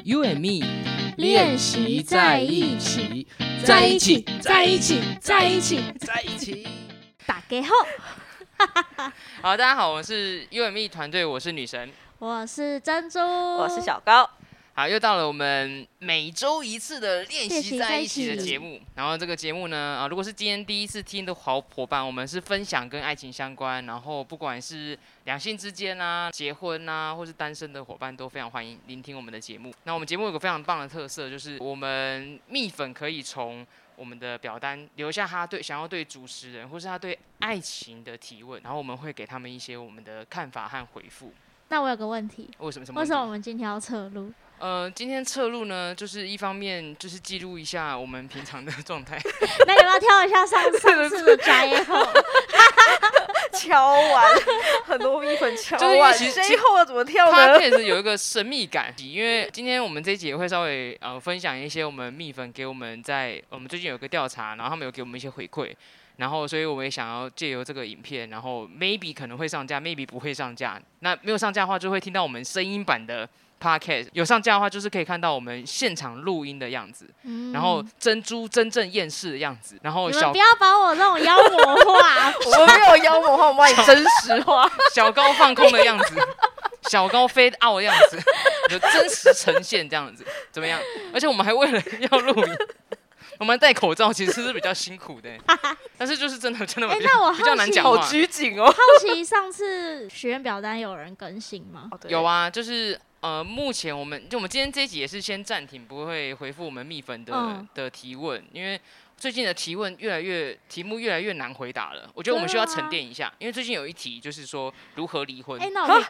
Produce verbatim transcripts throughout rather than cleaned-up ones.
You and me 练习在一起，在一起，在一起，在一起， 在一起。 大家好， 好，大家好，我是 You and me 团队，我是女神， 我是珍珠， 我是小高。 好，又到了我们每周一次的练习在一起的节目。然后这个节目呢，啊，如果是今天第一次听的好伙伴，我们是分享跟爱情相关，然后不管是两性之间啊、结婚啊，或是单身的伙伴，都非常欢迎聆听我们的节目。那我们节目有个非常棒的特色，就是我们蜜粉可以从我们的表单留下他对想要对主持人或是他对爱情的提问，然后我们会给他们一些我们的看法和回复。 那我有个问题， 为什么？什么为什么我们今天要侧录？ 呃，今天侧录呢，就是一方面就是记录一下我们平常的状态。 那你要不要跳一下上上次的摘后？ 敲完，很多蜜粉敲完， 就是最后要怎么跳呢？ 它确实有一个神秘感，因为今天我们这一集也会稍微呃分享一些我们蜜粉给我们在我们最近有个调查，然后他们有给我们一些回馈。然后，所以我们也想要借由这个影片，然后 maybe 可能会上架 ，maybe 不会上架。那没有上架的话，就会听到我们声音版的 podcast； 有上架的话，就是可以看到我们现场录音的样子，嗯、然后珍珠真正厌世的样子。然后小你们不要把我这种妖魔化， 我们没有妖魔化，我们把你真实化。 小高放空的样子，小高 fade out 的样子，有真实呈现这样子，怎么样？而且我们还为了要录影。我们戴口罩其实是比较辛苦的，但是就是真的真的比较、欸、 那我好奇比较难讲话， 好拘谨哦。 好奇上次许愿表单有人更新吗？ 哦、 有啊，就是呃，目前我们就我们今天这一集也是先暂停，不会回复我们蜜粉的、嗯、的提问，因为最近的提问越来越题目越来越难回答了，我觉得我们需要沉淀一下，因为最近有一题就是说如何离婚。 哎、欸，那我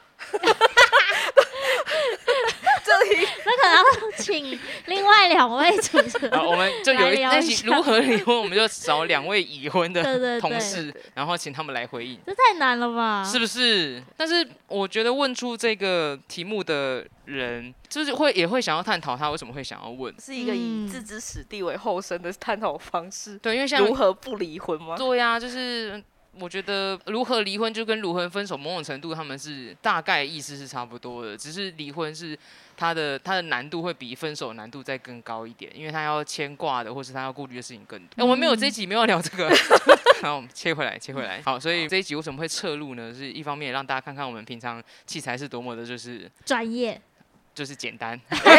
这里那可能要请另外两位主持人， 我们就有一那集如何离婚，我们就找两位已婚的同事，对对对，然后请他们来回应。 这太难了吧？ 是不是？但是我觉得问出这个题目的人，就是会也会想要探讨他为什么会想要问， 是一个以置之死地为后生的探讨方式。 对，因为像如何不离婚吗？ 对呀、啊，就是。我觉得如何离婚就跟如何分手某种程度他们是大概意思是差不多的，只是离婚是它的它的难度会比分手难度再更高一点，因为他要牵挂的或是他要顾虑的事情更多。欸、我们没有这一集没有聊这个，然后我们切回来切回来。好，所以这一集为什么会侧录呢？是一方面让大家看看我们平常器材是多么的就是专业， 就是简单。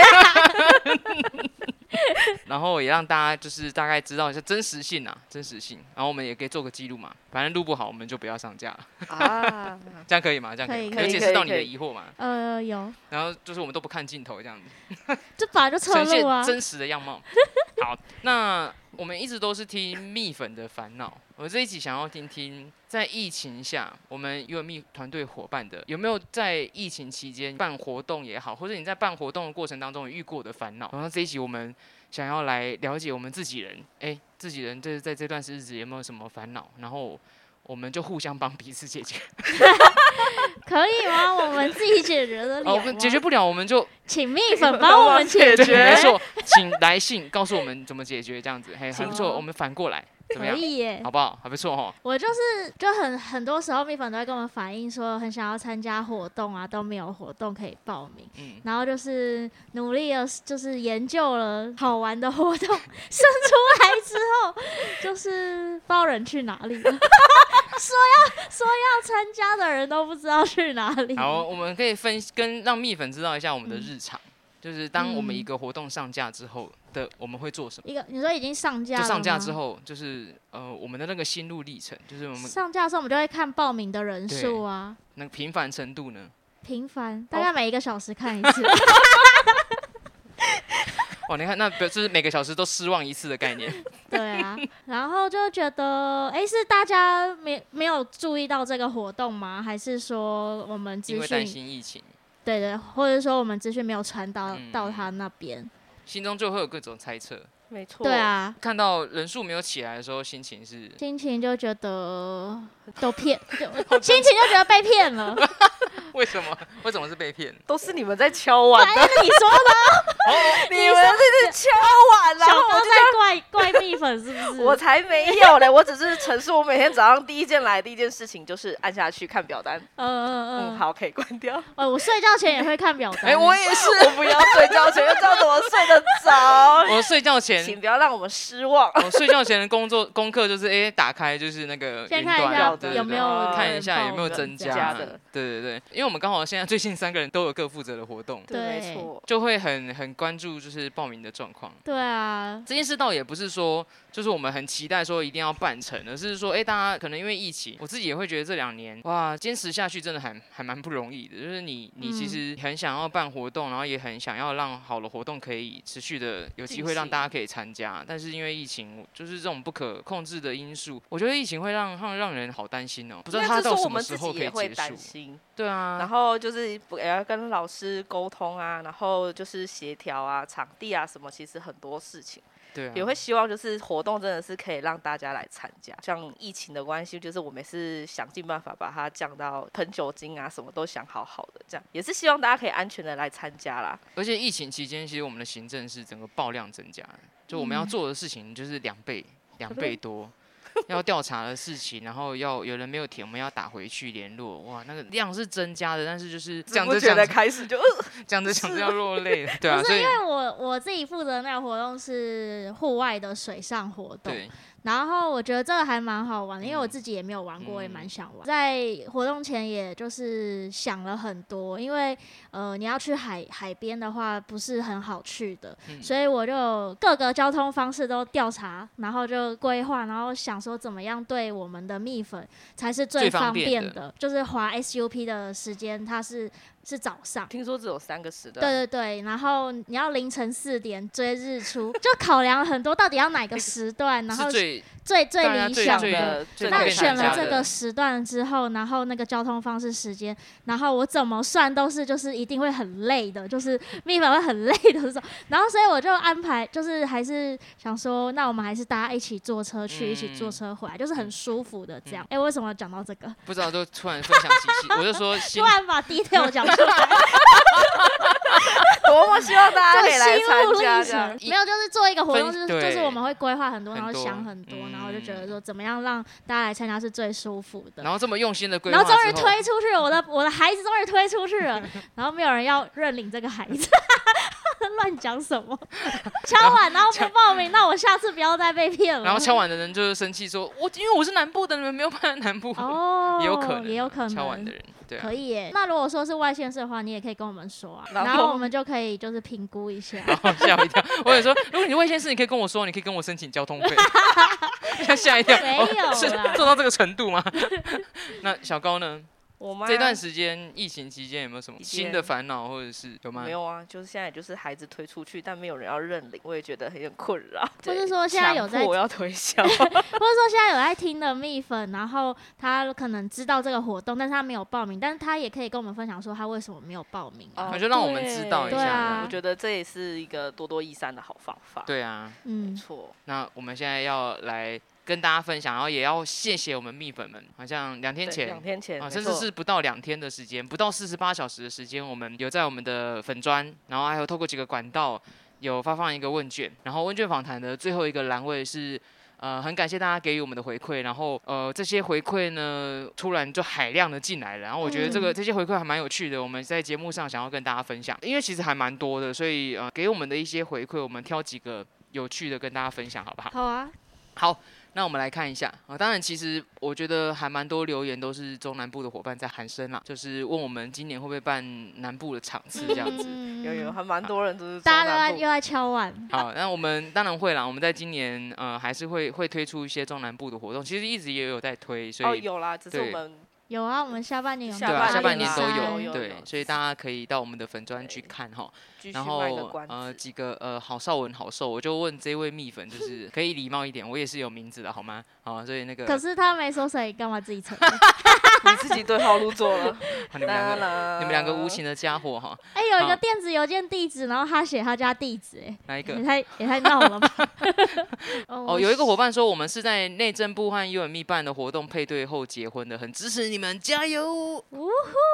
然后也让大家就是大概知道一下真实性啊，真实性。然后我们也可以做个记录嘛，反正录不好我们就不要上架了。啊，这样可以吗？这样可以， 可以有解释到你的疑惑吗？ 呃，有。 然后就是我们都不看镜头这样子， 这本来就侧录啊， 呈现真实的样貌。好，那我们一直都是听蜜粉的烦恼，我这一集想要听听，在疫情下，我们 You and me 团队伙伴的有没有在疫情期间办活动也好，或者你在办活动的过程当中有遇过的烦恼。然后这一集我们想要来了解我们自己人，哎，自己人这在这段日子有没有什么烦恼？然后我们就互相帮彼此解决。 可以吗？我们自己解决得了吗？ 哦，我们解决不了，我们就请蜜粉帮我们解决。 没错，请来信告诉我们怎么解决，这样子，嘿，很不错。我们反过来。怎么样？ 可以耶， 好不好？还不错哈。 我就是就很很多时候，蜜粉都会跟我们反映说，很想要参加活动啊，都没有活动可以报名。嗯，然后就是努力的，就是研究了好玩的活动，生出来之后，就是不知道人去哪里了。说要说要参加的人都不知道去哪里。 好，我们可以分跟让蜜粉知道一下我们的日常。嗯，就是当我们一个活动上架之后的，我们会做什么？ 一个你说已经上架了吗？ 就上架之后，就是呃我们的那个心路历程，就是我们上架的时候，我们就会看报名的人数啊。 那个频繁程度呢？ 频繁，大概每一个小时看一次。 哦，你看，那就是每个小时都失望一次的概念。 对啊，然后就觉得，哎，是大家没没有注意到这个活动吗？还是说我们资讯因为担心疫情？ 对对，或者说我们资讯没有传到、嗯、到他那边，心中就会有各种猜测。 没错， 对啊， 看到人数没有起来的时候，心情是心情就觉得都骗，心情就觉得被骗了。 为什么？为什么是被骗？ 都是你们在敲碗的， 是你说的。 你们这是敲碗，然后我就在怪怪蜜粉是不是？ 我才没有嘞，我只是陈述我每天早上第一件来的第一件事情就是按下去看表单。 嗯嗯嗯，好，可以关掉。 哦，我睡觉前也会看表单。 哎，我也是， 我不要睡觉前，要知道怎么睡得着。 我睡觉前， 请不要让我们失望。 我睡觉前的工作功课就是，哎，打开就是那个先看一下有没有看一下有没有增加的。 对对对，因为我们刚好现在最近三个人都有各负责的活动， 对，没错， 就会很很关注就是报名的状况。 对啊， 这件事倒也不是说就是我们很期待说一定要办成，而是说，哎，大家可能因为疫情，我自己也会觉得这两年哇，坚持下去真的还还蛮不容易的。就是你你其实很想要办活动，然后也很想要让好的活动可以持续的有机会让大家可以参加，但是因为疫情，就是这种不可控制的因素，我觉得疫情会让让让人好担心哦，不知道它到什么时候可以结束。对啊， 然后就是也要跟老师沟通啊，然后就是协调啊、场地啊什么，其实很多事情。 对啊， 也会希望就是活动真的是可以让大家来参加。像疫情的关系，就是我们是想尽办法把它降到喷酒精啊，什么都想好好的，这样也是希望大家可以安全的来参加啦。 而且疫情期间，其实我们的行政是整个爆量增加的，就我们要做的事情就是两倍、两、嗯、倍多。要调查的事情，然后要有人没有填，我们要打回去联络。哇，那个量是增加的，但是就是讲着讲着开始就讲着讲着要落泪了。对啊， 不是因为我我自己负责那个活动是户外的水上活动。 对。 然后我觉得这个还蛮好玩的，因为我自己也没有玩过，我也蛮想玩。在活动前，也就是想了很多，因为呃你要去海海边的话，不是很好去的，嗯、所以我就各个交通方式都调查，然后就规划，然后想说怎么样对我们的蜜粉才是最方便的。 便的就是滑 S U P 的时间，它是是早上， 听说只有三个时段。 对对对，然后你要凌晨四点追日出，就考量很多，到底要哪个时段，然后最最最理想的。那选了这个时段之后，然后那个交通方式时间，然后我怎么算都是就是一定会很累的，就是蜜粉会很累的这种。然后所以我就安排，就是还是想说，那我们还是大家一起坐车去，嗯、一起坐车回来，就是很舒服的这样。哎、嗯，为什么讲到这个？ 不知道，就突然分享起细，我就说突然把 detail 讲出来。 多么希望大家可以来参加这样。 没有，就是做一个活动，就是就是我们会规划很多，然后想很多，嗯、然后就觉得说怎么样让大家来参加是最舒服的。 然后这么用心的规划， 然后终于推出去了，我的我的孩子终于推出去了，然后没有人要认领这个孩子。乱讲什么？敲碗然后不报名，那我下次不要再被骗了。 然后敲碗的人就是生气说：“我因为我是南部的，你们没有办在南部。”哦，也有可能， 也有可能敲碗的人。对啊、 可以耶。那如果说是外县市的话，你也可以跟我们说啊，然后我们就可以就是评估一下。 然后吓我一跳，我想说，如果你外县市，你可以跟我说，你可以跟我申请交通费。吓一跳， 没有啦、 哦，是做到这个程度吗？那小高呢？ 我妈这段时间疫情期间有没有什么新的烦恼，或者是有吗？ 没有啊，就是现在就是孩子推出去，但没有人要认领，我也觉得很有困扰。 或是说现在有在我要推销，或者说现在有在听的蜜粉，然后他可能知道这个活动，但是他没有报名，但是他也可以跟我们分享说他为什么没有报名、啊。 那、哦、就让我们知道一下。 啊、 我觉得这也是一个多多益善的好方法。 对啊， 嗯， 没错。 那我们现在要来跟大家分享，然后也要谢谢我们蜜粉们，好像两天前， 两天前啊，甚至是不到两天的时间，不到四十八小时的时间，我们有在我们的粉专，然后还有透过几个管道有发放一个问卷，然后问卷访谈的最后一个栏位是，呃，很感谢大家给予我们的回馈，然后呃这些回馈呢，突然就海量的进来了，然后我觉得这个、嗯、这些回馈还蛮有趣的，我们在节目上想要跟大家分享，因为其实还蛮多的，所以呃给我们的一些回馈，我们挑几个有趣的跟大家分享，好不好？ 好啊， 好。那我们来看一下啊，当然，其实我觉得还蛮多留言都是中南部的伙伴在喊声啦，就是问我们今年会不会办南部的场次这样子。 有有，还蛮多人都是中南部。 大家又在敲碗。 好，那我们当然会啦，我们在今年呃还是会会推出一些中南部的活动，其实一直也有在推，所以哦有啦，只是我们。 有啊，我们下半年有， 对啊，下半年都有， 有对，所以大家可以到我们的粉专去看哈。然后呃几个呃郝邵文郝寿，我就问这位蜜粉，就是可以礼貌一点，我也是有名字的好吗？好，所以那个。 可是他没说谁，干嘛自己承你自己对号入座了。 你们两个，你们两个无情的家伙哈。 哎、欸，有一个电子邮件地址，然后他写他家地址，哎， 哪一个？ 也太也太闹了吧。 哦，有一个伙伴说，我们是在内政部和 U M E 办的活动配对后结婚的，很支持你们，加油！呜呼！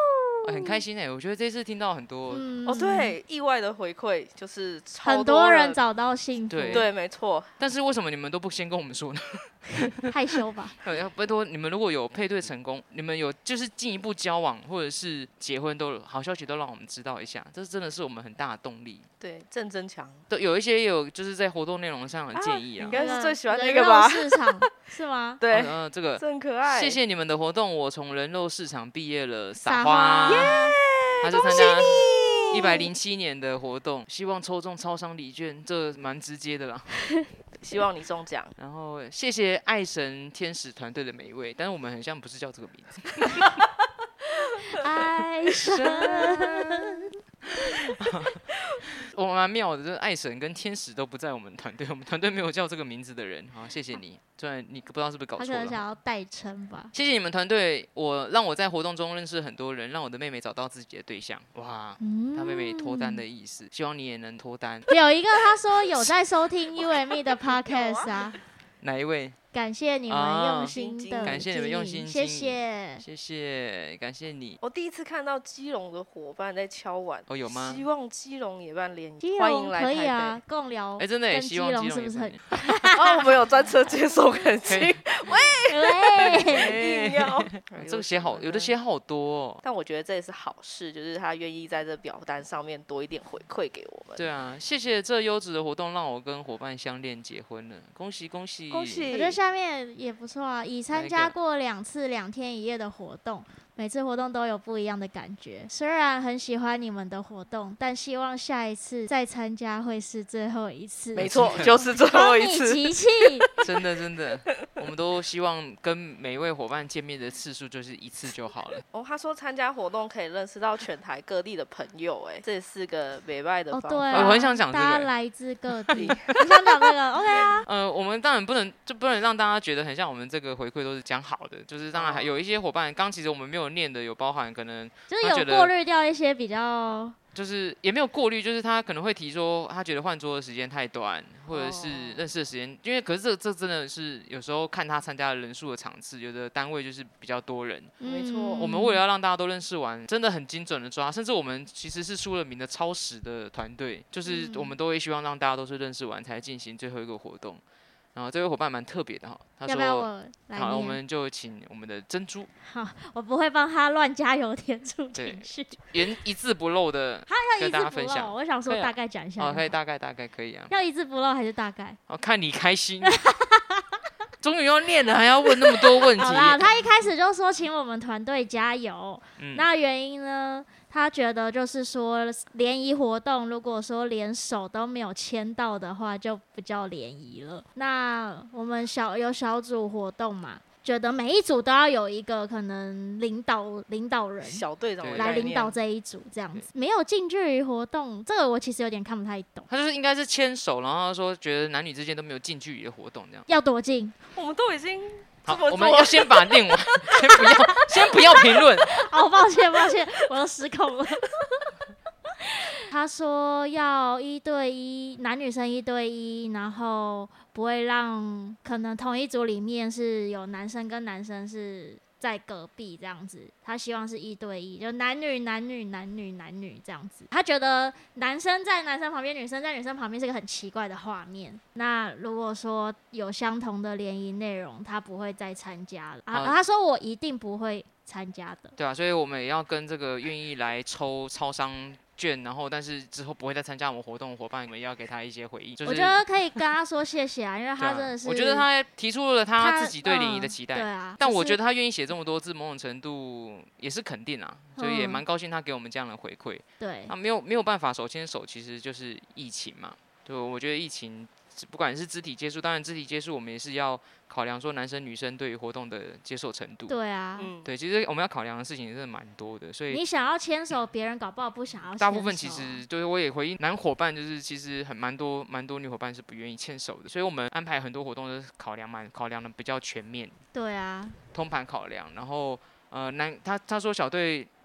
很开心哎、欸，我觉得这次听到很多、 嗯、哦，对，意外的回馈就是超很多人找到幸福， 对对，没错。 但是为什么你们都不先跟我们说呢？ 害羞吧。 要拜托你们，如果有配对成功，你们有就是进一步交往或者是结婚，都好消息都让我们知道一下，这真的是我们很大的动力。 对，正增强。 对，有一些也有就是在活动内容上的建议啊。 应该是最喜欢那个吧？ 市场是吗？ 对， 嗯、呃，这个很可爱。 谢谢你们的活动，我从人肉市场毕业了，撒花， 花他是参加一百零七年的活动，希望抽中超商礼券，这蛮直接的啦。 希望你中奖。 然后谢谢爱神天使团队的每一位，但是我们很像不是叫这个名字。 爱神。 我蛮妙的，就是爱神跟天使都不在我们团队，我们团队没有叫这个名字的人。好，谢谢你。虽然你不知道是不是搞错了， 他可能想要代称吧。 谢谢你们团队，我让我在活动中认识很多人，让我的妹妹找到自己的对象。哇，嗯、她妹妹脱单的意思，希望你也能脱单。 有一个他说有在收听 You and Me 的 Podcast 啊。 哪一位？ 感谢你们用心的、 啊，感谢你们用心， 谢谢， 谢谢，感谢你。 我第一次看到基隆的伙伴在敲碗， 哦，有吗？ 希望基隆也办联谊， 欢迎来台北。 可以啊，共聊。 哎、欸，真的耶，希望基隆是不是很？ 哦，我们有专车接送恳亲。喂喂， 硬要。 这个写好，有的写好多、哦。 但我觉得这也是好事，就是他愿意在这表单上面多一点回馈给我们。 对啊，谢谢这优质的活动，让我跟伙伴相恋结婚了，恭喜恭喜恭喜！ 我觉得下面也不错啊，已参加过两次两天一夜的活动，每次活动都有不一样的感觉。虽然很喜欢你们的活动，但希望下一次再参加会是最后一次。 没错，就是最后一次。 集气， 真的真的，我们都希望跟每一位伙伴见面的次数就是一次就好了。 哦，他说参加活动可以认识到全台各地的朋友，哎，这是个美拜的方法。 哦，对啊， 我很想讲这个， 大家来自各地，你想讲这个 ？OK 啊。 呃，我们当然不能，就不能让大家觉得很像我们这个回馈都是讲好的，就是当然还有一些伙伴，刚其实我们没有念的，有包含可能就是有过滤掉一些比较。 就是也没有过滤，就是他可能会提说，他觉得换桌的时间太短，或者是认识的时间，因为可是这这真的是有时候看他参加的人数的场次，有的单位就是比较多人， 没错。 我们为了要让大家都认识完，真的很精准的抓，甚至我们其实是出了名的超时的团队，就是我们都会希望让大家都是认识完才进行最后一个活动。然后这位伙伴蛮特别的哈，他说：“ 要不要我来好，我们就请我们的珍珠。 好，我不会帮他乱加油添醋情绪， 原一字不漏的跟大家分享。 我想说大概讲一下。 哦，可以大概大概可以啊。 要一字不漏还是大概？ 哦，看你开心。终于要练了，还要问那么多问题。 好啦，他一开始就说请我们团队加油。嗯、那原因呢？他觉得就是说联谊活动，如果说连手都没有牵到的话，就不叫联谊了。那我们小有小组活动嘛，觉得每一组都要有一个可能领导领导人小队长来领导这一组这样子。没有近距离活动，这个我其实有点看不太懂。 他就是应该是牵手，然后他说觉得男女之间都没有近距离的活动这样。 要多近？ 我们都已经。 好，我们要先把练完，先不要，先不要评论。 好，抱歉，抱歉，我又失控了。他说要一对一，男女生一对一，然后不会让可能同一组里面是有男生跟男生是在隔壁这样子，他希望是一对一，就男女男女男女男女这样子。他觉得男生在男生旁边，女生在女生旁边是个很奇怪的画面。那如果说有相同的联谊内容，他不会再参加了。啊，他说我一定不会参加的。 对啊，所以我们也要跟这个愿意来抽超商券，然后但是之后不会再参加我们活动的伙伴，我们也要给他一些回应。就是、 我觉得可以跟他说谢谢啊，因为他真的是、 啊，我觉得他提出了他自己对联谊的期待。 嗯、对啊， 但我觉得他愿意写这么多字，某种程度也是肯定啊，所以也蛮高兴他给我们这样的回馈。 对， 他没有没有办法手牵手，其实就是疫情嘛。对，我觉得疫情不管是肢体接触，当然肢体接触我们也是要考量说男生女生对于活动的接受程度。 对啊， 嗯，对，其实我们要考量的事情真的蛮多的，所以你想要牵手，别人搞不好不想要牵手。 大部分其实就是我也回应男伙伴，就是其实很蛮多蛮多女伙伴是不愿意牵手的，所以我们安排很多活动都是考量蛮考量的比较全面。 对啊， 通盘考量，然后呃男他他说小队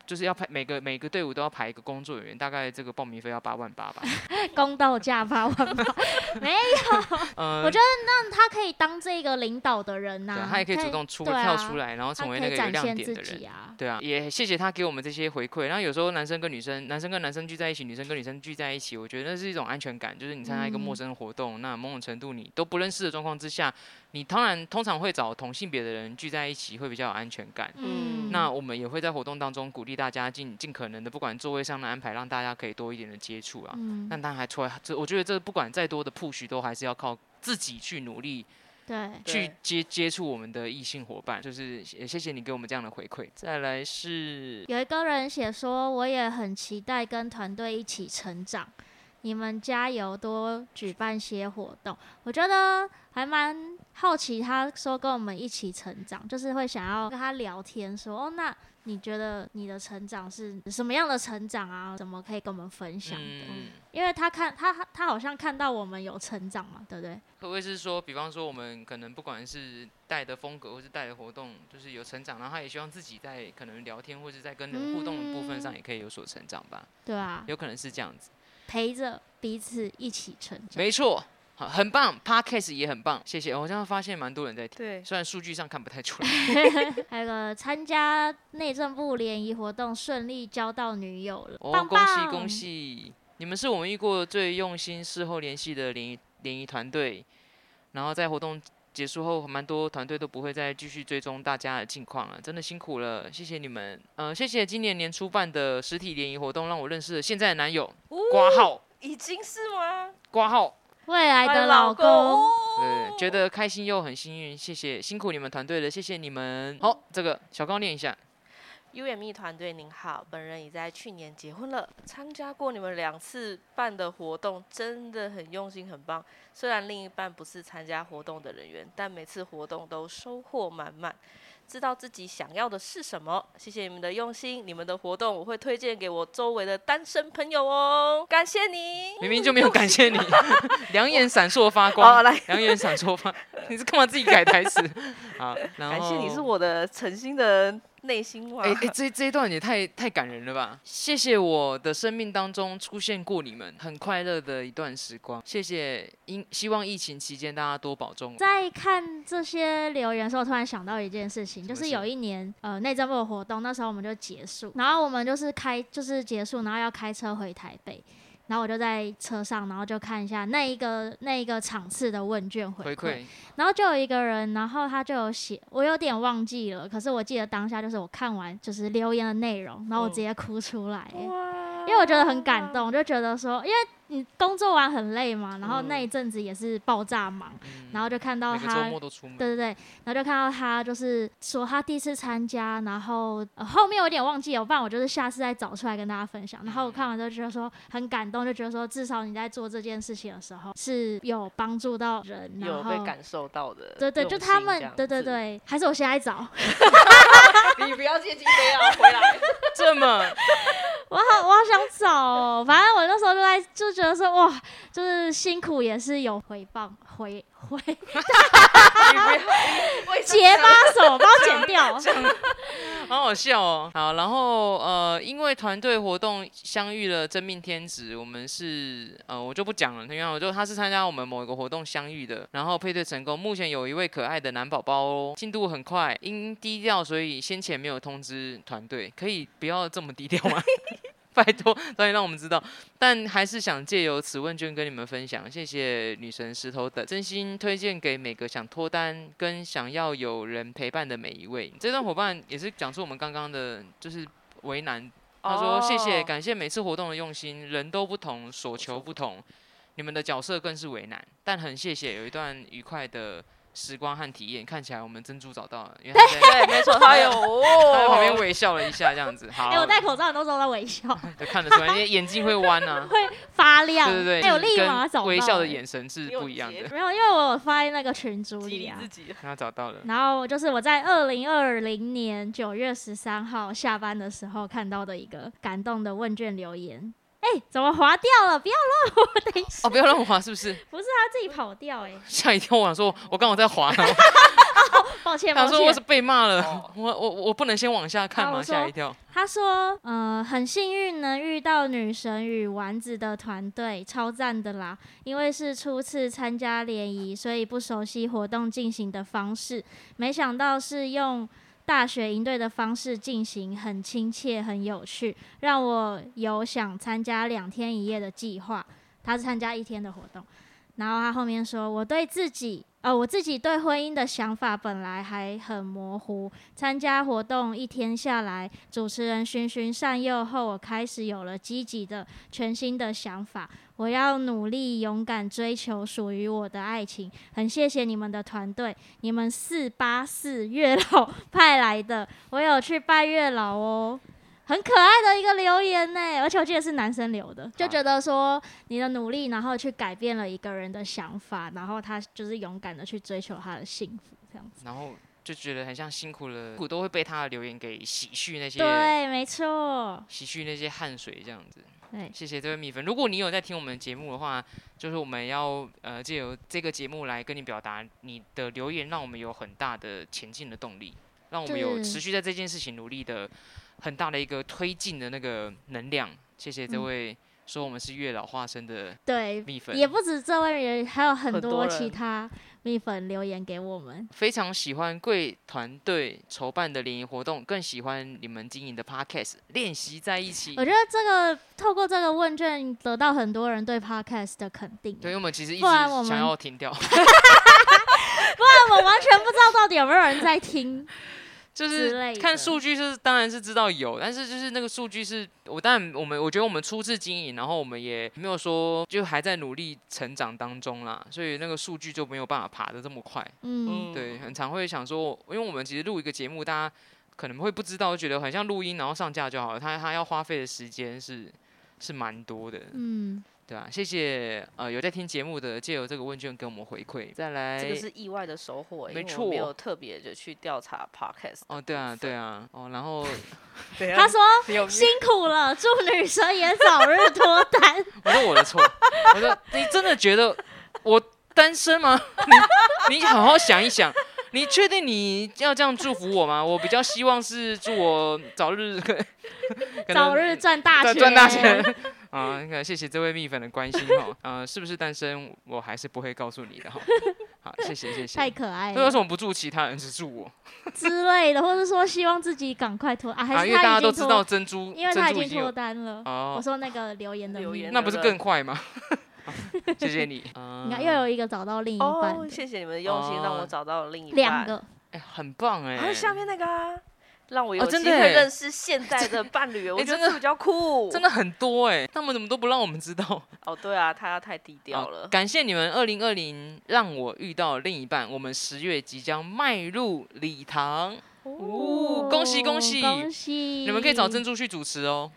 就是要排每个每个队伍都要排一个工作人员，大概这个报名费要八万八吧。 公道价八万八，没有。呃、我觉得那他可以当这个领导的人呐、啊， 对，他也可以主动出、啊、跳出来，然后成为那个有亮点的人。 啊对啊，也谢谢他给我们这些回馈。然后有时候男生跟女生，男生跟男生聚在一起，女生跟女生聚在一起，我觉得那是一种安全感，就是你参加一个陌生活动，嗯、那某种程度你都不认识的状况之下，你当然通常会找同性别的人聚在一起，会比较有安全感。嗯，那我们也会在活动当中鼓励大家尽尽可能的，不管座位上的安排，让大家可以多一点的接触啊。嗯，但当然还出来，这我觉得这不管再多的 push 都还是要靠自己去努力。 对， 去接接触我们的异性伙伴，就是也谢谢你给我们这样的回馈。再来是有一个人写说，我也很期待跟团队一起成长，你们加油，多举办些活动。我觉得还蛮好奇，他说跟我们一起成长，就是会想要跟他聊天说，哦，那你觉得你的成长是什么样的成长啊？怎么可以跟我们分享的？嗯、因为他看他他好像看到我们有成长嘛，对不对？ 会不会是说，比方说我们可能不管是带的风格或是带的活动，就是有成长，然后他也希望自己在可能聊天或是在跟人互动的部分上也可以有所成长吧？嗯、 对啊， 有可能是这样子， 陪着彼此一起成长。 没错。好，很棒 ，Podcast 也很棒，谢谢。我好像发现蛮多人在听， 对， 虽然数据上看不太出来。 还有个参加内政部联谊活动，顺利交到女友了， 哦， 棒棒恭喜恭喜！你们是我们遇过最用心、事后联系的联谊联谊团队。然后在活动结束后，蛮多团队都不会再继续追踪大家的近况了，真的辛苦了，谢谢你们。呃，谢谢今年年初办的实体联谊活动，让我认识了现在的男友，挂、哦、号。 已经是吗？ 挂号。 未来的老公，哦、 对，觉得开心又很幸运，谢谢，辛苦你们团队了，谢谢你们。好，这个小高念一下。 U M E 团队您好，本人已在去年结婚了，参加过你们两次办的活动，真的很用心很棒。虽然另一半不是参加活动的人员，但每次活动都收获满满。知道自己想要的是什么，谢谢你们的用心，你们的活动我会推荐给我周围的单身朋友哦，感谢你。 明明就没有感谢你，两眼闪烁发光，两眼闪烁发，你是干嘛自己改台词？好，然后感谢你是我的诚心的内心话。 哎哎，这这一段也太太感人了吧！谢谢我的生命当中出现过你们，很快乐的一段时光。谢谢，因希望疫情期间大家多保重。 在看这些留言的时候，突然想到一件事情，就是有一年呃内政部的活动，那时候我们就结束，然后我们就是开就是结束，然后要开车回台北。然后我就在车上，然后就看一下那一个那一个场次的问卷回馈，然后就有一个人，然后他就有写，我有点忘记了，可是我记得当下就是我看完就是留言的内容，然后我直接哭出来，嗯、因为我觉得很感动，就觉得说，因为你工作完很累嘛，然后那一阵子也是爆炸忙，嗯、然后就看到他， 每个周末都出门， 对对对，然后就看到他就是说他第一次参加，然后、呃、后面有点忘记了，不然我就是下次再找出来跟大家分享。然后我看完之后觉得说很感动，就觉得说至少你在做这件事情的时候是有帮助到人，然后有被感受到的， 对对，就他们，对对对，还是我现在找， 你不要借机飞啊，回来， 这么。 我好，我好想找哦。反正我那时候就在就觉得说，哇，就是辛苦也是有回报，回回。结巴手，帮我剪掉。 好好笑哦。好，然后呃，因为团队活动相遇了真命天子，我们是呃，我就不讲了，因为我就他是参加我们某一个活动相遇的，然后配对成功。目前有一位可爱的男宝宝哦，进度很快，因低调所以先前没有通知团队，可以不要这么低调吗？拜托，早点让我们知道。但还是想借由此问卷跟你们分享，谢谢女神石头等，真心推荐给每个想脱单跟想要有人陪伴的每一位。这段伙伴也是讲出我们刚刚的，就是为难。他说：“谢谢，感谢每次活动的用心，人都不同，所求不同，你们的角色更是为难，但很谢谢有一段愉快的。”时光和体验，看起来我们珍珠找到了，因为他在对，没错，他有， 他在旁边微笑了一下，这样子。好， 哎、欸，我戴口罩，很多时候在微笑， 就看得出来，因为眼睛会弯啊， 会发亮， 对对对， 欸、有立马找到， 微笑的眼神是不一样的。 没有，因为我有发在那个群组里啊， 他找到了。 然后就是我在二零二零年九月十三号下班的时候看到的一个感动的问卷留言。哎、 哎、欸，怎么滑掉了？不要乱滑，等一下。 哦，不要乱滑，是不是？ 不是他自己跑掉哎、欸， 吓一跳！我想说，我刚好在滑。 抱歉，抱歉。 他说我是被骂了，哦、我我我不能先往下看吗？吓一跳。 他说，呃，很幸运能遇到女神与丸子的团队，超赞的啦。因为是初次参加联谊，所以不熟悉活动进行的方式，没想到是用大学营队的方式进行，很亲切，很有趣，让我有想参加两天一夜的计划。他是参加一天的活动，然后他后面说，我对自己。呃，我自己对婚姻的想法本来还很模糊，参加活动一天下来，主持人循循善诱后，我开始有了积极的、全新的想法。我要努力、勇敢追求属于我的爱情。很谢谢你们的团队，你们四八四月老派来的，我有去拜月老哦。很可爱的一个留言呢，而且我记得是男生留的，就觉得说你的努力，然后去改变了一个人的想法，然后他就是勇敢的去追求他的幸福，这样子。 然后就觉得很像辛苦了，辛苦都会被他的留言给洗去那些， 对，没错， 洗去那些汗水这样子。 对， 谢谢这位蜜粉。如果你有在听我们的节目的话，就是我们要呃借由这个节目来跟你表达你的留言，让我们有很大的前进的动力，让我们有持续在这件事情努力的。很大的一个推进的那个能量，谢谢这位说我们是月老化身的蜜粉， 对，也不止这位人，还有很多其他蜜粉留言给我们。 非常喜欢贵团队筹办的联谊活动，更喜欢你们经营的 podcast 练习在一起。 我觉得这个透过这个问卷得到很多人对 podcast 的肯定。 对，因为我们其实一直想要停掉，不然我完全不知道到底有没有人在听。 就是看数据是当然是知道有，但是就是那个数据是我当然我们我觉得我们初次经营，然后我们也没有说就还在努力成长当中啦，所以那个数据就没有办法爬得这么快。嗯，对，很常会想说，因为我们其实录一个节目，大家可能会不知道，觉得很像录音然后上架就好了，它它要花费的时间是是蛮多的。嗯。对啊，谢谢呃有在听节目的，借由这个问卷给我们回馈。再来， 这个是意外的收获， 没错， 我没有特别的去调查 podcast。 哦，对啊，对啊，哦，然后他说辛苦了，祝女生也早日脱单。 我说我的错，我说你真的觉得我单身吗？你你好好想一想。你确定你要这样祝福我吗？我比较希望是祝我早日早日赚大钱， 赚大钱啊！那个谢谢这位蜜粉的关心哈，呃，是不是单身我还是不会告诉你的哈。好，谢谢谢谢。 太可爱了。 那为什么不祝其他人，只祝我之类的，或者说希望自己赶快脱啊？还是他已经脱？ 因为大家都知道珍珠， 因为他已经脱单了。哦，我说那个留言的留言， 那不是更快吗？谢谢你， 你看又有一个找到另一半， 哦，谢谢你们的用心，让我找到了另一半， 两个， 哎，很棒哎。 然后下面那个啊，让我有机会认识现在的伴侣，我觉得这比较酷， 真的很多哎，他们怎么都不让我们知道？ 哦，对啊，他太低调了。 感谢你们二零二零让我遇到另一半，我们十月即将迈入礼堂，哦，恭喜恭喜恭喜！ 你们可以找珍珠去主持哦。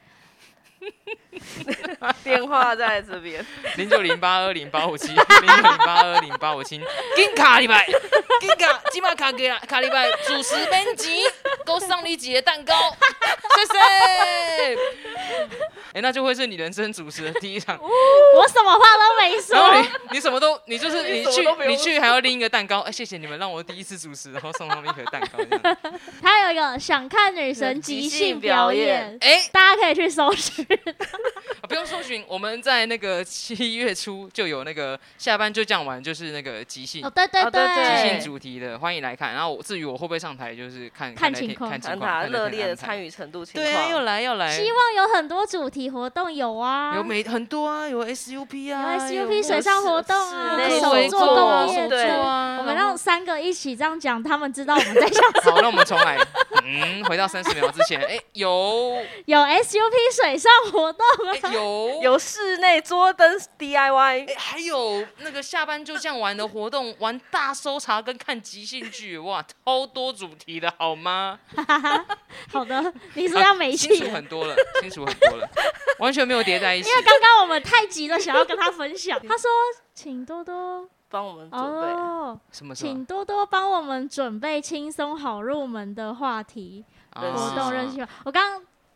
电话在这边， 零九零八二零八五七，零九零八二零八五七，金卡礼拜，金卡，今晚卡给啦，卡礼拜主持免钱，给我送你几个蛋糕，谢谢。哎、欸，那就会是你人生主持的第一场。 我什么话都没说。 然后你你什么都，你就是你去你去还要拎一个蛋糕。哎、欸，谢谢你们让我第一次主持，然后送他们一盒蛋糕这样。 他有一个想看女神即兴表演，哎、欸，大家可以去搜寻。 不用搜寻，我们在那个七月初就有那个下班就这样玩，就是那个即兴， 哦对对对， 即兴主题的，欢迎来看。然后至于我会不会上台，就是看看情况， 看情况， 看他热烈的参与程度情况。 对啊，又来又来。 希望有很多主题活动有啊， 有每很多啊，有 S U P 啊， 有 S U P 水上活动啊， 手做工业对啊。我们让三个一起这样讲，他们知道我们在想什么。 好，那我们重来。嗯，回到三十秒之前，哎、欸，有有 S U P 水上活动啊， 欸、有有室内桌灯 D I Y， 哎、欸，还有那个下班就这样玩的活动，玩大搜查跟看即兴剧，哇，超多主题的好吗？ 好的，你说要没气、 啊，清楚很多了，清楚很多了，完全没有叠在一起。 因为刚刚我们太急了，想要跟他分享。他说，请多多帮我们准备、哦、 什么？ 请多多帮我们准备轻松好入门的话题活动认识。我刚刚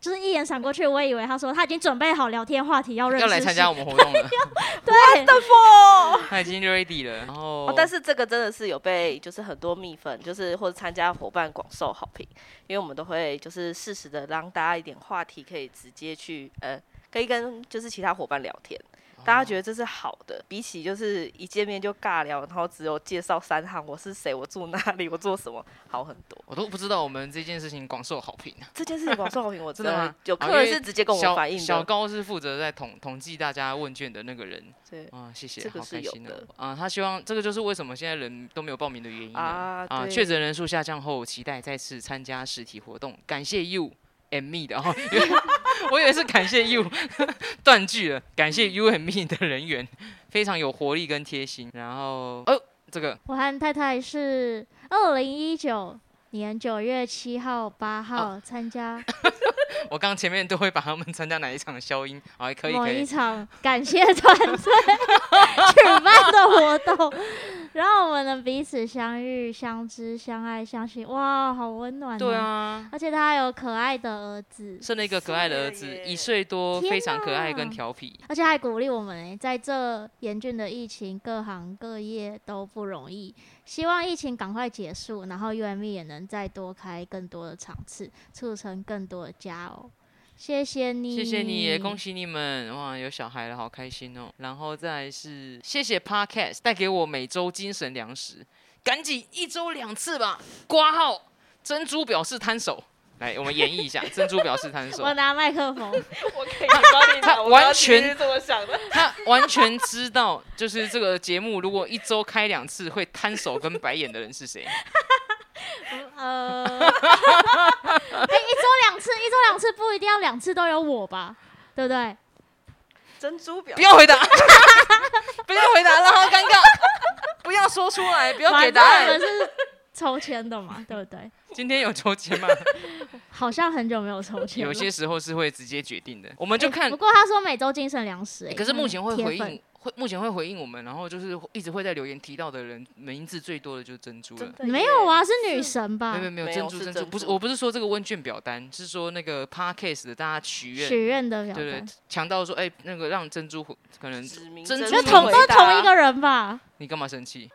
就是一眼闪过去，我以为他说他已经准备好聊天话题要认识， 要来参加我们活动了。 对， 他已经 ready 了。然后、 哦，但是这个真的是有被就是很多蜜粉，就是或者参加伙伴广受好评，因为我们都会就是适时的让大家一点话题可以直接去呃，可以跟就是其他伙伴聊天。大家觉得这是好的，比起就是一见面就尬聊，然后只有介绍三行我是谁，我住哪里，我做什么，好很多。 我都不知道我们这件事情广受好评。 这件事情广受好评，我真的吗？ 有客人是直接跟我反映的。 小高是负责在统统计大家问卷的那个人。 对啊，谢谢， 这个是有的。 好开心哦。啊，他希望这个就是为什么现在人都没有报名的原因啊。 啊，确诊人数下降后，期待再次参加实体活动。感谢 you and me 的哦。我以为是感谢 you 断句了，感谢 you and me 的人员非常有活力跟贴心。然后哦，这个我和太太是二零一九年九月七号、八号参加。哦、 我刚前面都会把他们参加哪一场消音，好，可以可以。某一场感谢团队举办的活动，让我们能彼此相遇、相知、相爱、相信，哇，好温暖、哦。 对啊， 而且他还有可爱的儿子， 生了一个可爱的儿子，一岁多，非常可爱跟调皮， 而且还鼓励我们，在这严峻的疫情，各行各业都不容易。希望疫情赶快结束，然后 U M E 也能再多开更多的场次，促成更多的加哦。谢谢你， 谢谢你，也恭喜你们！哇，有小孩了，好开心哦。然后再来是谢谢 Podcast 带给我每周精神粮食，赶紧一周两次吧。括号珍珠表示摊手，来，我们演绎一下珍珠表示摊手。 我拿麦克风， 我可以帮你拿。 他完全这么想的， 他完全知道，就是这个节目如果一周开两次，会摊手跟白眼的人是谁？ 呃，哎、欸，一周两次，一周两次不一定要两次都有我吧，对不对？ 珍珠表， 不要回答，不要回答，让他尴尬，不要说出来，不要给答案。 我们是抽签的嘛，对不对？ 今天有抽签吗？ 好像很久没有抽签了。 有些时候是会直接决定的，我们就看。欸、 不过他说每周精神粮食、欸， 可是目前会回应。会目前会回应我们，然后就是一直会在留言提到的人，名字最多的就是珍珠了。 没有啊，是女神吧？ 没有没有珍珠珍珠，不是我不是说这个问卷表单，是说那个 podcast 的大家许愿许愿的表单， 对对，强调说哎、欸、那个让珍珠可能珍珠那同都同一个人吧？ 你干嘛生气？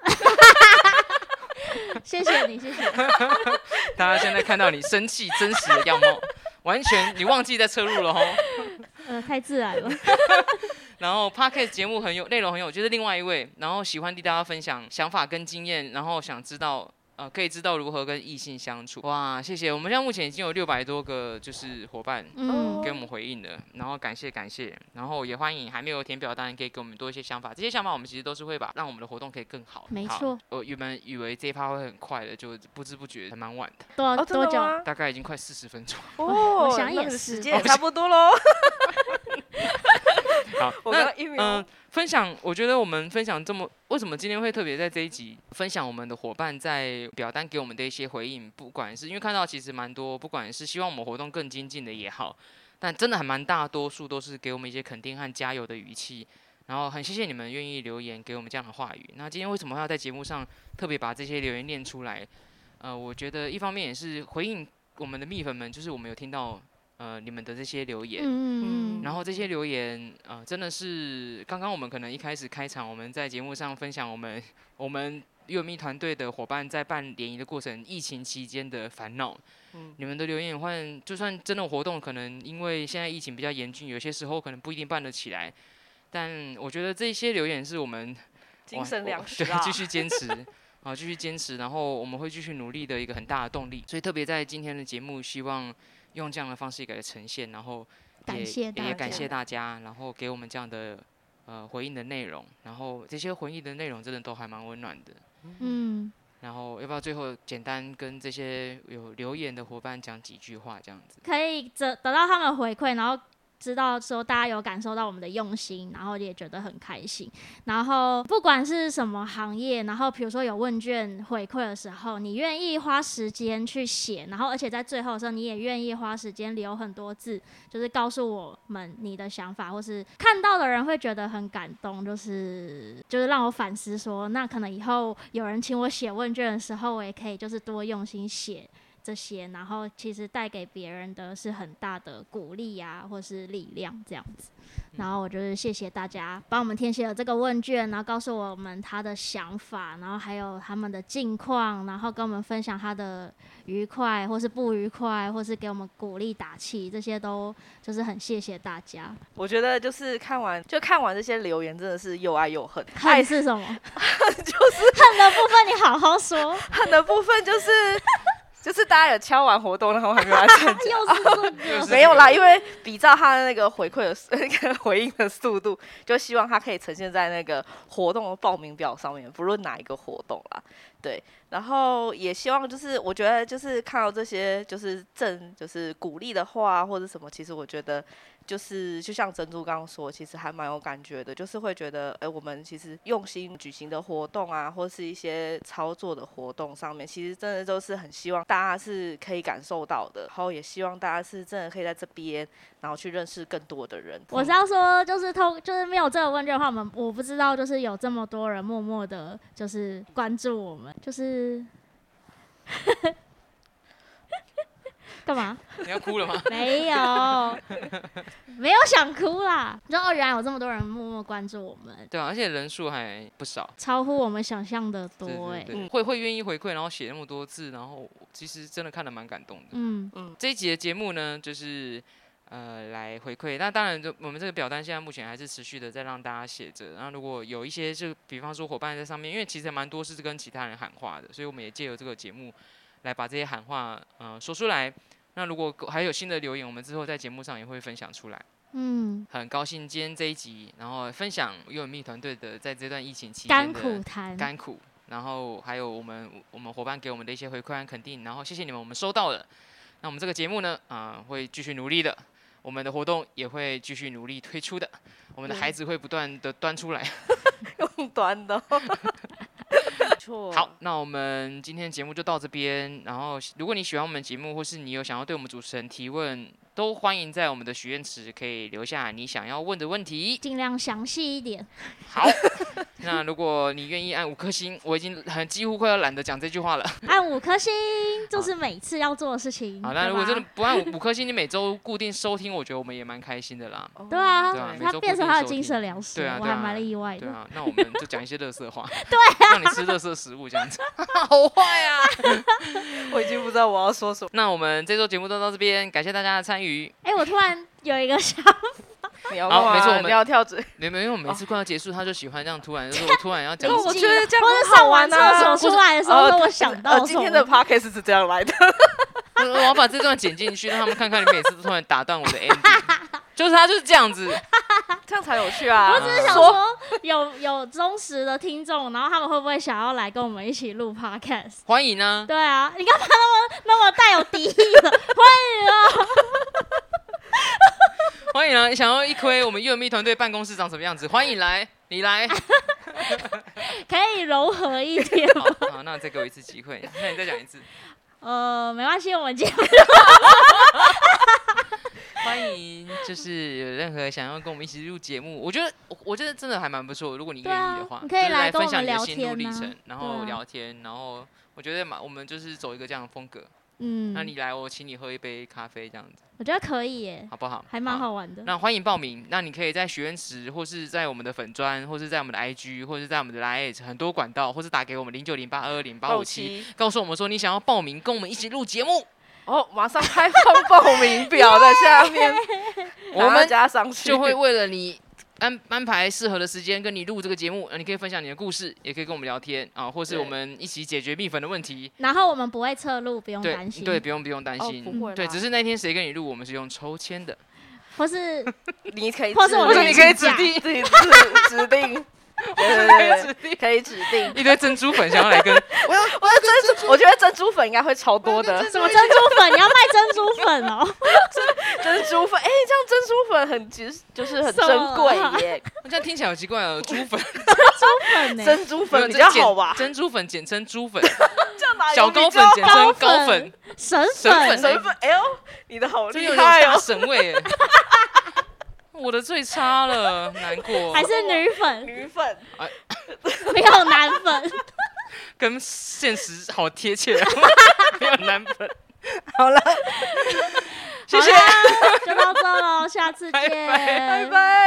谢谢你，谢谢。 大家现在看到你生气真实的样貌，完全你忘记在侧录了吼。 呃，太自然了。 然后 Podcast 节目很有内容，很有，就是另外一位，然后喜欢替大家分享想法跟经验，然后想知道呃可以知道如何跟异性相处。哇，谢谢！我们现在目前已经有六百多个就是伙伴嗯给我们回应了，然后感谢感谢，然后也欢迎还没有填表单可以给我们多一些想法，这些想法我们其实都是会把让我们的活动可以更好。 没错。 我原本以为这一趴会很快的，就不知不觉还蛮晚的。 多、哦、多久？ 大概已经快四十分钟。 哦， 我想也是， 时间也差不多喽。 好，那嗯、呃，分享，我觉得我们分享这么，为什么今天会特别在这一集分享我们的伙伴在表单给我们的一些回应？不管是因为看到其实蛮多，不管是希望我们活动更精进的也好，但真的还蛮大多数都是给我们一些肯定和加油的语气。然后很谢谢你们愿意留言给我们这样的话语。那今天为什么要在节目上特别把这些留言念出来？呃，我觉得一方面也是回应我们的蜜粉们，就是我们有听到。呃，你们的这些留言，嗯，然后这些留言，呃，真的是刚刚我们可能一开始开场，我们在节目上分享我们我们 U M E 团队的伙伴在办联谊的过程，疫情期间的烦恼。嗯，你们的留言换，就算真的活动，可能因为现在疫情比较严峻，有些时候可能不一定办得起来，但我觉得这些留言是我们精神粮食啊，对，继续坚持。啊，继续坚持，然后我们会继续努力的一个很大的动力。所以特别在今天的节目，希望用这样的方式给它呈现，然后也感谢也感谢大家，然后给我们这样的呃回应的内容，然后这些回应的内容真的都还蛮温暖的。嗯。然后要不要最后简单跟这些有留言的伙伴讲几句话，这样子？ 可以得得到他们回馈，然后。知道说大家有感受到我们的用心，然后也觉得很开心。然后不管是什么行业，然后比如说有问卷回馈的时候，你愿意花时间去写，然后而且在最后的时候，你也愿意花时间留很多字，就是告诉我们你的想法，或是看到的人会觉得很感动，就是就是让我反思说，那可能以后有人请我写问卷的时候，我也可以就是多用心写。 这些，然后其实带给别人的是很大的鼓励啊，或是力量这样子。然后我就是谢谢大家帮我们填写了这个问卷，然后告诉我们他的想法，然后还有他们的近况，然后跟我们分享他的愉快或是不愉快，或是给我们鼓励打气，这些都就是很谢谢大家。 我觉得就是看完就看完这些留言，真的是又爱又恨。 恨是什么？ 就是恨的部分你好好说。 恨的部分就是就是大家有敲完活动，然后还没有来参加， 又是这个没有啦，因为比照他的那个回馈的那个回应的速度，就希望他可以呈现在那个活动的报名表上面，不论哪一个活动啦，对。然后也希望就是我觉得就是看到这些就是正就是鼓励的话或者什么，其实我觉得就是就像珍珠刚刚说，其实还蛮有感觉的，就是会觉得哎，我们其实用心举行的活动啊，或是一些操作的活动上面，其实真的都是很希望大家是可以感受到的，然后也希望大家是真的可以在这边，然后去认识更多的人。 我是要说，就是通就是没有这个问卷的话，我们我不知道就是有这么多人默默的，就是关注我们，就是干嘛？ 你要哭了吗？ 没有，没有想哭啦。就哦，原来有这么多人默默关注我们， 对啊，而且人数还不少， 超乎我们想象的多哎、欸。 嗯，会会愿意回馈，然后写那么多字，然后其实真的看得蛮感动的。 嗯嗯，这一集的节目呢，就是呃来回馈。那当然，就我们这个表单现在目前还是持续的在让大家写着。然后如果有一些就比方说伙伴在上面，因为其实蛮多是跟其他人喊话的，所以我们也借由这个节目来把这些喊话呃说出来。那如果还有新的留言，我们之后在节目上也会分享出来。嗯，很高兴今天这一集，然后分享U M E团队的在这段疫情期间的甘苦谈， 甘苦，然后还有我们我们伙伴给我们的一些回馈和肯定，然后谢谢你们，我们收到了。那我们这个节目呢，啊、呃，会继续努力的，我们的活动也会继续努力推出的，我们的孩子会不断的端出来， 用端的。 好，那我们今天节目就到这边。然后，如果你喜欢我们节目，或是你有想要对我们主持人提问，都欢迎在我们的许愿池可以留下你想要问的问题， 尽量详细一点。 好，那如果你愿意按五颗星，我已经很几乎快要懒得讲这句话了。 按五颗星就是每次要做的事情。 好，那如果真的不按五颗星，你每周固定收听，我觉得我们也蛮开心的啦。 对啊， 对啊， 他变成他的精神粮食， 对啊， 我还蛮意外的。 对啊，那我们就讲一些垃圾话， 对啊， 让你吃垃圾食物这样子，好坏啊！ 我已经不知道我要说什么。 那我们这周节目就到这边，感谢大家的参与。 哎、欸，我突然有一个想法。 你要好，没错，我们要跳嘴。 没没，因为我每次快要结束，他就喜欢这样突然，就是我突然要讲。 我觉得这样或者上完厕所出来的时候，我想到、 呃呃、今天的 podcast 是这样来的。 我要把这段剪进去，让他们看看你每次都突然打断我的 ending， 就是他就是这样子， 这样才有趣啊！ 我只是想说，有有忠实的听众，然后他们会不会想要来跟我们一起录 podcast？ 欢迎啊！ 对啊，你干嘛那么那么带有敌意了？欢迎啊！ 欢迎啊！想要一窥我们U M E团队办公室长什么样子？欢迎来，你来， 可以柔和一点。 好，好，那再给我一次机会，那你再讲一次。 呃，没关系，我们节目。 欢迎，就是有任何想要跟我们一起录节目，我觉得我觉得真的还蛮不错。如果你愿意的话， 啊、你可以来分享你的心路历程，然后啊、 聊天，然后我觉得嘛，我们就是走一个这样的风格。 嗯， 那你来，我请你喝一杯咖啡，这样子， 我觉得可以耶， 好不好？ 还蛮好玩的。 那欢迎报名，那你可以在许愿池，或是在我们的粉专，或是在我们的 I G， 或是在我们的 Line 很多管道，或是打给我们零九零八二二零八五七，告诉我们说你想要报名，跟我们一起录节目。 哦，马上开放报名表的下面， 我们加上去， 就会为了你。安安排适合的时间跟你录这个节目，你可以分享你的故事，也可以跟我们聊天啊，或是我们一起解决蜜粉的问题。 然后我们不会侧录，不用担心。 对，对，不用不用担心。 哦、不会对，只是那天谁跟你录，我们是用抽签的。 或是你可以， 或是我你可以指定自己指指定。对对对对，可以指定一堆珍珠粉想要来跟我要我要珍珠，我觉得珍珠粉应该会超多的。 什么珍珠粉？你要卖珍珠粉哦？ 珍珠粉，哎、欸，这样珍珠粉很其实就是很珍贵耶。 这样听起来好奇怪哦，猪粉， 珍珠粉呢？ 珍珠粉比较好吧？ 珍珠粉简称猪粉， 小高粉简称高粉， 神粉神粉，哎呦，你的好厉害哦， 神味耶。我的最差了，难过。 还是女粉？ 女粉， 哎、 没有男粉， 跟现实好贴切，没有男粉。 好了，谢谢， 就到这喽，下次见， 拜拜。